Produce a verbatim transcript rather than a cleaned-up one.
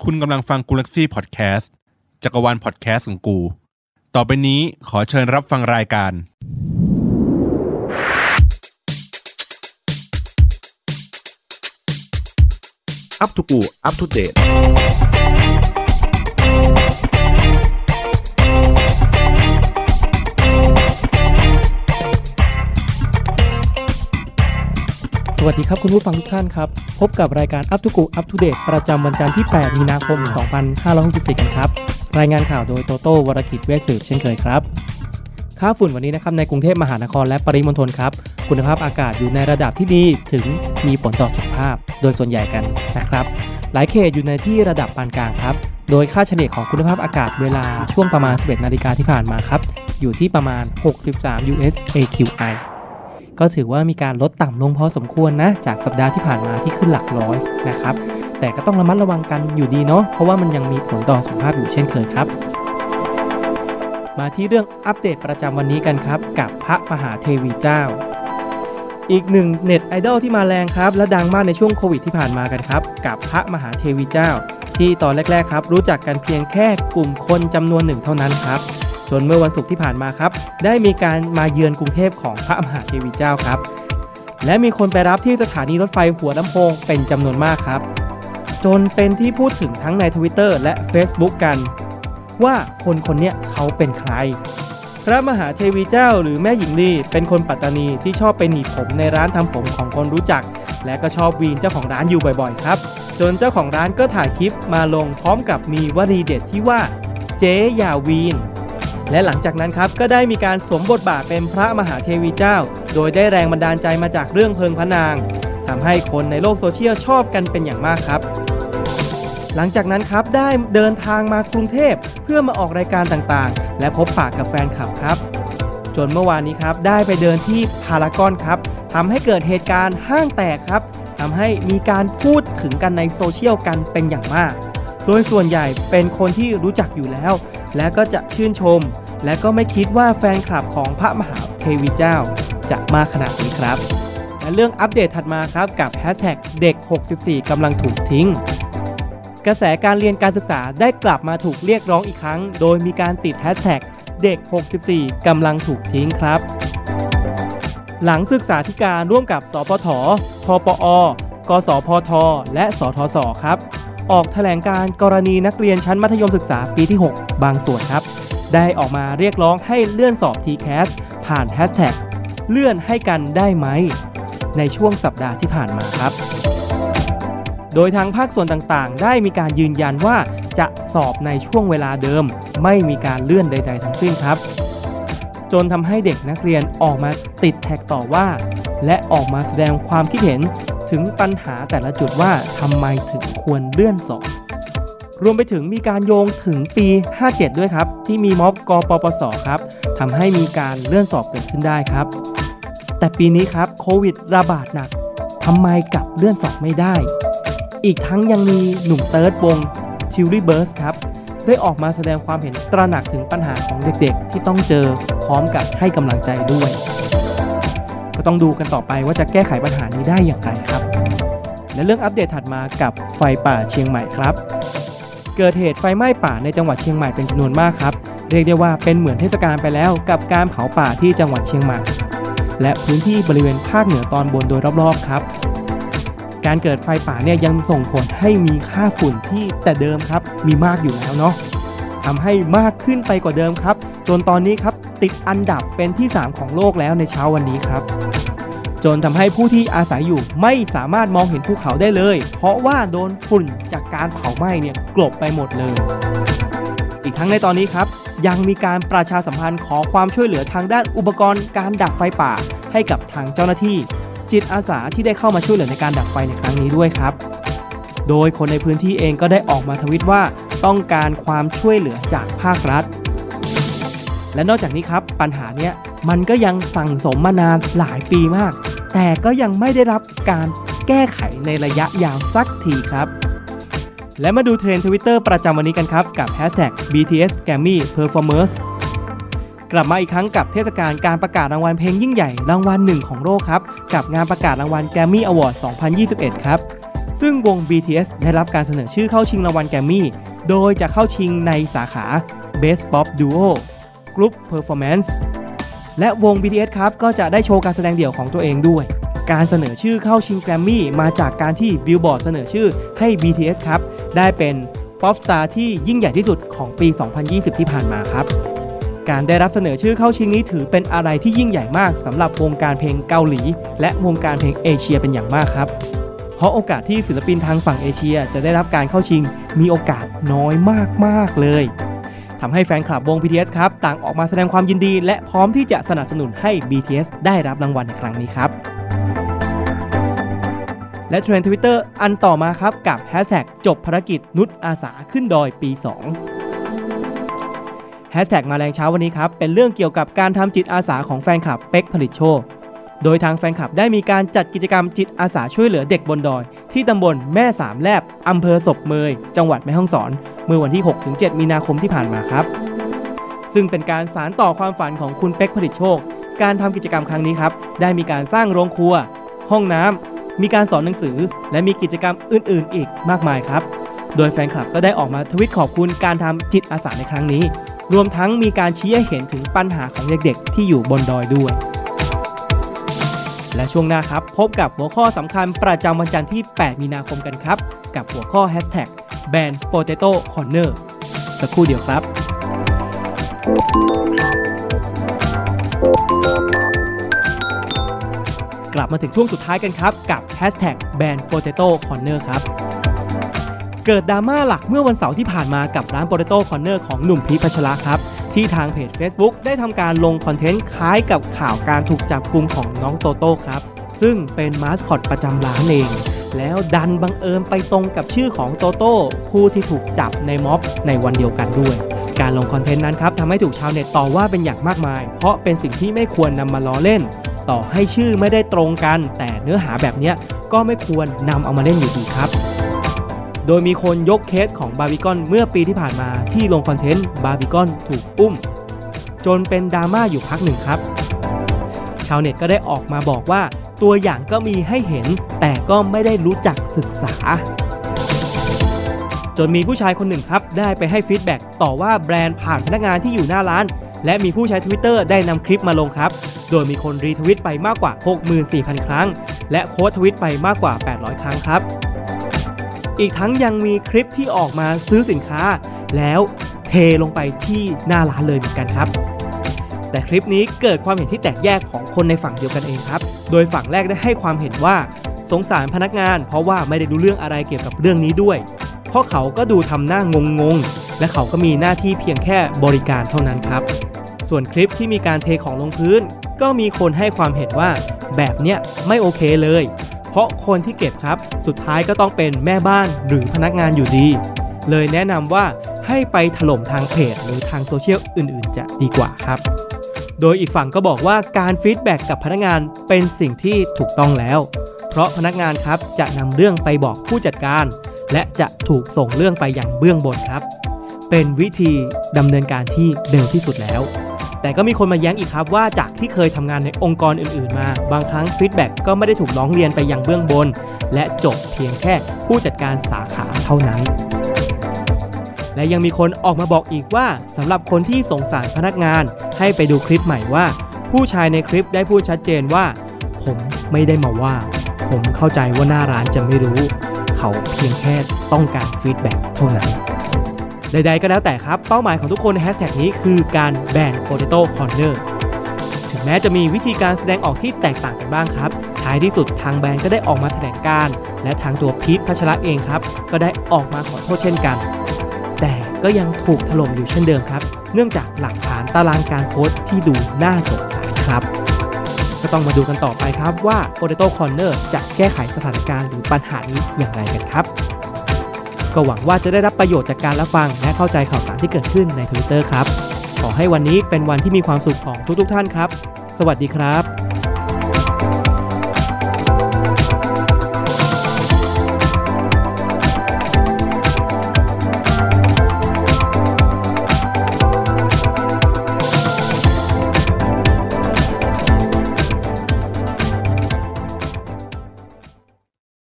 คุณกำลังฟังกูลักซี่พอดแคสต์จักรวาลพอดแคสต์ของกูต่อไปนี้ขอเชิญรับฟังรายการอัปทูกูอัปทูเดตสวัสดีครับคุณผู้ฟังทุกท่านครับพบกับรายการ Up to Go Up to Date ประจำวันจันทร์ที่แปดมีนาคมสองพันห้าร้อยหกสิบสี่กันครับรายงานข่าวโดยโตโต้วรกิจเวชสืบเช่นเคยครับค่าฝุ่นวันนี้นะครับในกรุงเทพมหานครและปริมณฑลครับคุณภาพอากาศอยู่ในระดับที่ดีถึงมีผลต่อสุขภาพโดยส่วนใหญ่กันนะครับหลายเขตอยู่ในที่ระดับปานกลางครับโดยค่าเฉลี่ยของคุณภาพอากาศเวลาช่วงประมาณ สิบเอ็ดนาฬิกาที่ผ่านมาครับอยู่ที่ประมาณหกสิบสาม ยู เอส เอ คิว ไอก็ถือว่ามีการลดต่ำลงพอสมควรนะจากสัปดาห์ที่ผ่านมาที่ขึ้นหลักร้อยนะครับแต่ก็ต้องระมัดระวังกันอยู่ดีเนาะเพราะว่ามันยังมีผลต่อสุขภาพอยู่เช่นเคยครับมาที่เรื่องอัปเดตประจำวันนี้กันครับกับพระมหาเทวีเจ้าอีกหนึ่งเน็ตไอดอลที่มาแรงครับและดังมากในช่วงโควิดที่ผ่านมากันครับกับพระมหาเทวีเจ้าที่ตอนแรกๆครับรู้จักกันเพียงแค่กลุ่มคนจำนวนหนึ่งเท่านั้นครับจนเมื่อวันศุกร์ที่ผ่านมาครับได้มีการมาเยือนกรุงเทพของพระมหาเทวีเจ้าครับและมีคนไปรับที่สถานีรถไฟหัวลำโพงเป็นจำนวนมากครับจนเป็นที่พูดถึงทั้งใน Twitter และ Facebook กันว่าคนคนนี้เขาเป็นใครพระมหาเทวีเจ้าหรือแม่หญิงลีเป็นคนปัตตานีที่ชอบไปหนีบผมในร้านทำผมของคนรู้จักและก็ชอบวีนเจ้าของร้านอยู่บ่อยๆครับจนเจ้าของร้านก็ถ่ายคลิปมาลงพร้อมกับมีวลีเด็ดที่ว่าเจ๊อย่าวีนและหลังจากนั้นครับก็ได้มีการสวมบทบาทเป็นพระมหาเทวีเจ้าโดยได้แรงบันดาลใจมาจากเรื่องเพลิงพระนางทำให้คนในโลกโซเชียลชอบกันเป็นอย่างมากครับหลังจากนั้นครับได้เดินทางมากรุงเทพเพื่อมาออกรายการต่างๆและพบปะกับแฟนคลับครับจนเมื่อวานนี้ครับได้ไปเดินที่พารากอนครับทำให้เกิดเหตุการณ์ห้างแตกครับทำให้มีการพูดถึงกันในโซเชียลกันเป็นอย่างมากโดยส่วนใหญ่เป็นคนที่รู้จักอยู่แล้วและก็จะชื่นชมและก็ไม่คิดว่าแฟนคลับของพระมหาเทวีเจ้าจะมากขนาดนี้ครับและเรื่องอัปเดตถัดมาครับกับแฮชแท็กเด็กหกสิบสี่กำลังถูกทิ้งกระแสการเรียนการศึกษาได้กลับมาถูกเรียกร้องอีกครั้งโดยมีการติดแฮชแท็กเด็กหกสิบสี่กำลังถูกทิ้งครับหลังศึกษาธิการร่วมกับสปท.ทปอ.กสพท.และสทศ.ครับออกแถลงการกรณีนักเรียนชั้นมัธยมศึกษาปีที่หกบางส่วนครับได้ออกมาเรียกร้องให้เลื่อนสอบ ที แคส ผ่านแฮชแท็กเลื่อนให้กันได้ไหมในช่วงสัปดาห์ที่ผ่านมาครับโดยทางภาคส่วนต่างๆได้มีการยืนยันว่าจะสอบในช่วงเวลาเดิมไม่มีการเลื่อนใดๆทั้งสิ้นครับจนทำให้เด็กนักเรียนออกมาติดแท็กต่อว่าและออกมาแสดงความคิดเห็นถึงปัญหาแต่ละจุดว่าทำไมถึงควรเลื่อนสอบรวมไปถึงมีการโยงถึงปีห้าเจ็ดด้วยครับที่มีม็อบกปปสครับทำให้มีการเลื่อนสอบเกิดขึ้นได้ครับแต่ปีนี้ครับโควิดระบาดหนักทำไมกลับเลื่อนสอบไม่ได้อีกทั้งยังมีหนุ่มเติร์ดวงชิลลี่เบิร์สครับได้ออกมาแสดงความเห็นตระหนักถึงปัญหาของเด็กๆที่ต้องเจอพร้อมกับให้กำลังใจด้วยก็ต้องดูกันต่อไปว่าจะแก้ไขปัญหานี้ได้อย่างไรครับและเรื่องอัปเดตถัดมากับไฟป่าเชียงใหม่ครับเกิดเหตุไฟไหม้ป่าในจังหวัดเชียงใหม่เป็นจำนวนมากครับเรียกได้ว่าเป็นเหมือนเทศกาลไปแล้วกับการเผาป่าที่จังหวัดเชียงใหม่และพื้นที่บริเวณภาคเหนือตอนบนโดยรอบๆครับการเกิดไฟป่าเนี่ยยังส่งผลให้มีค่าฝุ่นที่แต่เดิมครับมีมากอยู่แล้วเนาะทำให้มากขึ้นไปกว่าเดิมครับจนตอนนี้ครับติดอันดับเป็นที่สามของโลกแล้วในเช้าวันนี้ครับจนทำให้ผู้ที่อาศัยอยู่ไม่สามารถมองเห็นภูเขาได้เลยเพราะว่าโดนฝุ่นจากการเผาไหม้เนี่ยกลบไปหมดเลยอีกทั้งในตอนนี้ครับยังมีการประชาสัมพันธ์ขอความช่วยเหลือทางด้านอุปกรณ์การดับไฟป่าให้กับทางเจ้าหน้าที่จิตอาสาที่ได้เข้ามาช่วยเหลือในการดับไฟในครั้งนี้ด้วยครับโดยคนในพื้นที่เองก็ได้ออกมาทวิตว่าต้องการความช่วยเหลือจากภาครัฐและนอกจากนี้ครับปัญหาเนี้ยมันก็ยังสั่งสมมานานหลายปีมากแต่ก็ยังไม่ได้รับการแก้ไขในระยะยาวสักทีครับและมาดูเทรนด์ Twitter ประจำวันนี้กันครับกับ แฮชแท็ก บี ที เอส Grammy Performers กลับมาอีกครั้งกับเทศกาลการประกาศรางวัลเพลงยิ่งใหญ่รางวัลหนึ่งของโลกครับกับงานประกาศรางวัล Grammy Award สองพันยี่สิบเอ็ดครับซึ่งวง บี ที เอส ได้รับการเสนอชื่อเข้าชิงรางวัลแกรมมี่โดยจะเข้าชิงในสาขา Best Pop Duo Group Performance และวง บี ที เอส ครับก็จะได้โชว์การแสดงเดี่ยวของตัวเองด้วยการเสนอชื่อเข้าชิงแกรมมี่มาจากการที่ Billboard เสนอชื่อให้ บี ที เอส ครับได้เป็นป๊อปสตาร์ที่ยิ่งใหญ่ที่สุดของปี สองพันยี่สิบ ที่ผ่านมาครับการได้รับเสนอชื่อเข้าชิงนี้ถือเป็นอะไรที่ยิ่งใหญ่มากสำหรับวงการเพลงเกาหลีและวงการเพลงเอเชียเป็นอย่างมากครับเพราะโอกาสที่ศิลปินทางฝั่งเอเชียจะได้รับการเข้าชิงมีโอกาสน้อยมากๆเลยทำให้แฟนคลับวง บี ที เอส ครับต่างออกมาแสดงความยินดีและพร้อมที่จะสนับสนุนให้ บี ที เอส ได้รับรางวัลในครั้งนี้ครับและเทรนด์ Twitter อันต่อมาครับกับแฮชแท็กจบภารกิจนุชอาสาขึ้นดอยปีสองแฮชแท็กมาแรงเช้าวันนี้ครับเป็นเรื่องเกี่ยวกับการทำจิตอาสาของแฟนคลับเป๊กผลิตโชคโดยทางแฟนคลับได้มีการจัดกิจกรรมจิตอาสาช่วยเหลือเด็กบนดอยที่ตำบลแม่สามแลบอำเภอศพเมยจังหวัดแม่ฮ่องสอนเมื่อวันที่ หกถึงเจ็ด มีนาคมที่ผ่านมาครับซึ่งเป็นการสานต่อความฝันของคุณเป๊กผลิตโชคการทำกิจกรรมครั้งนี้ครับได้มีการสร้างโรงครัวห้องน้ำมีการสอนหนังสือและมีกิจกรรมอื่นๆอีกมากมายครับโดยแฟนคลับก็ได้ออกมาทวิตขอบคุณการทำจิตอาสาในครั้งนี้รวมทั้งมีการชี้ให้เห็นถึงปัญหาของเด็กๆที่อยู่บนดอยด้วยและช่วงหน้าครับพบกับหัวข้อสำคัญประจำวันจันทร์ที่ แปด มีนาคมกันครับกับหัวข้อ แฮชแท็ก แบน Potato Corner สักครู่เดียวครับกลับมาถึงช่วงสุดท้ายกันครับกับ แฮชแท็ก แบน Potato Corner ครับเกิดดราม่าหลักเมื่อวันเสาร์ที่ผ่านมากับร้าน Potato Corner ของหนุ่มพีชพัชระครับที่ทางเพจ Facebook ได้ทำการลงคอนเทนต์คล้ายกับข่าวการถูกจับกุมของน้องโตโต้ครับซึ่งเป็นมาสคอตประจำร้านเองแล้วดันบังเอิญไปตรงกับชื่อของโตโต้ผู้ที่ถูกจับในม็อบในวันเดียวกันด้วยการลงคอนเทนต์นั้นครับทำให้ถูกชาวเน็ตต่อว่าเป็นอย่างมากมายเพราะเป็นสิ่งที่ไม่ควรนำมาล้อเล่นต่อให้ชื่อไม่ได้ตรงกันแต่เนื้อหาแบบนี้ก็ไม่ควรนำเอามาเล่นอยู่ดีครับโดยมีคนยกเคสของบาร์บีคอนเมื่อปีที่ผ่านมาที่ลงคอนเทนต์บาร์บีคอนถูกอุ้มจนเป็นดราม่าอยู่พักหนึ่งครับชาวเน็ตก็ได้ออกมาบอกว่าตัวอย่างก็มีให้เห็นแต่ก็ไม่ได้รู้จักศึกษาจนมีผู้ชายคนหนึ่งครับได้ไปให้ฟีดแบ็กต่อว่าแบรนด์ผ่านพนักงานที่อยู่หน้าร้านและมีผู้ใช้ Twitter ได้นำคลิปมาลงครับโดยมีคนรีทวิตไปมากกว่า หกหมื่นสี่พัน ครั้งและโค้ดทวิตไปมากกว่าแปดร้อยครั้งครับอีกทั้งยังมีคลิปที่ออกมาซื้อสินค้าแล้วเทลงไปที่หน้าร้านเลยเหมือนกันครับแต่คลิปนี้เกิดความเห็นที่แตกแยกของคนในฝั่งเดียวกันเองครับโดยฝั่งแรกได้ให้ความเห็นว่าสงสารพนักงานเพราะว่าไม่ได้รู้เรื่องอะไรเกี่ยวกับเรื่องนี้ด้วยเพราะเขาก็ดูทำหน้างงๆและเขาก็มีหน้าที่เพียงแค่บริการเท่านั้นครับส่วนคลิปที่มีการเทของลงพื้นก็มีคนให้ความเห็นว่าแบบเนี้ยไม่โอเคเลยเพราะคนที่เก็บครับสุดท้ายก็ต้องเป็นแม่บ้านหรือพนักงานอยู่ดีเลยแนะนำว่าให้ไปถล่มทางเพจหรือทางโซเชียลอื่นๆจะดีกว่าครับโดยอีกฝั่งก็บอกว่าการฟีดแบ็กกับพนักงานเป็นสิ่งที่ถูกต้องแล้วเพราะพนักงานครับจะนำเรื่องไปบอกผู้จัดการและจะถูกส่งเรื่องไปอย่างเบื้องบนครับเป็นวิธีดำเนินการที่เร็วที่สุดแล้วแต่ก็มีคนมาแย้งอีกครับว่าจากที่เคยทำงานในองค์กรอื่นๆมาบางครั้งฟีดแบ็กก็ไม่ได้ถูกร้องเรียนไปยังเบื้องบนและจบเพียงแค่ผู้จัดการสาขาเท่านั้นและยังมีคนออกมาบอกอีกว่าสำหรับคนที่สงสารพนักงานให้ไปดูคลิปใหม่ว่าผู้ชายในคลิปได้พูดชัดเจนว่าผมไม่ได้มาว่าผมเข้าใจว่าหน้าร้านจะไม่รู้เขาเพียงแค่ต้องการฟีดแบ็กเท่านั้นใดๆก็แล้วแต่ครับเป้าหมายของทุกคนในแฮชแท็กนี้คือการแบน Potato Corner ถึงแม้จะมีวิธีการแสดงออกที่แตกต่างกันบ้างครับท้ายที่สุดทางแบรนด์ก็ได้ออกมาแถลงการและทางตัวพีชพัชระเองครับก็ได้ออกมาขอโทษเช่นกันแต่ก็ยังถูกถล่มอยู่เช่นเดิมครับเนื่องจากหลักฐานตารางการโพสต์ที่ดูน่าสงสัยครับก็ต้องมาดูกันต่อไปครับว่า Potato Corner จะแก้ไขสถานการณ์หรือปัญหานี้อย่างไรกันครับก็หวังว่าจะได้รับประโยชน์จากการรับฟังและเข้าใจข่าวสารที่เกิดขึ้นใน Twitter ครับขอให้วันนี้เป็นวันที่มีความสุขของทุกๆท่านครับสวัสดีครับ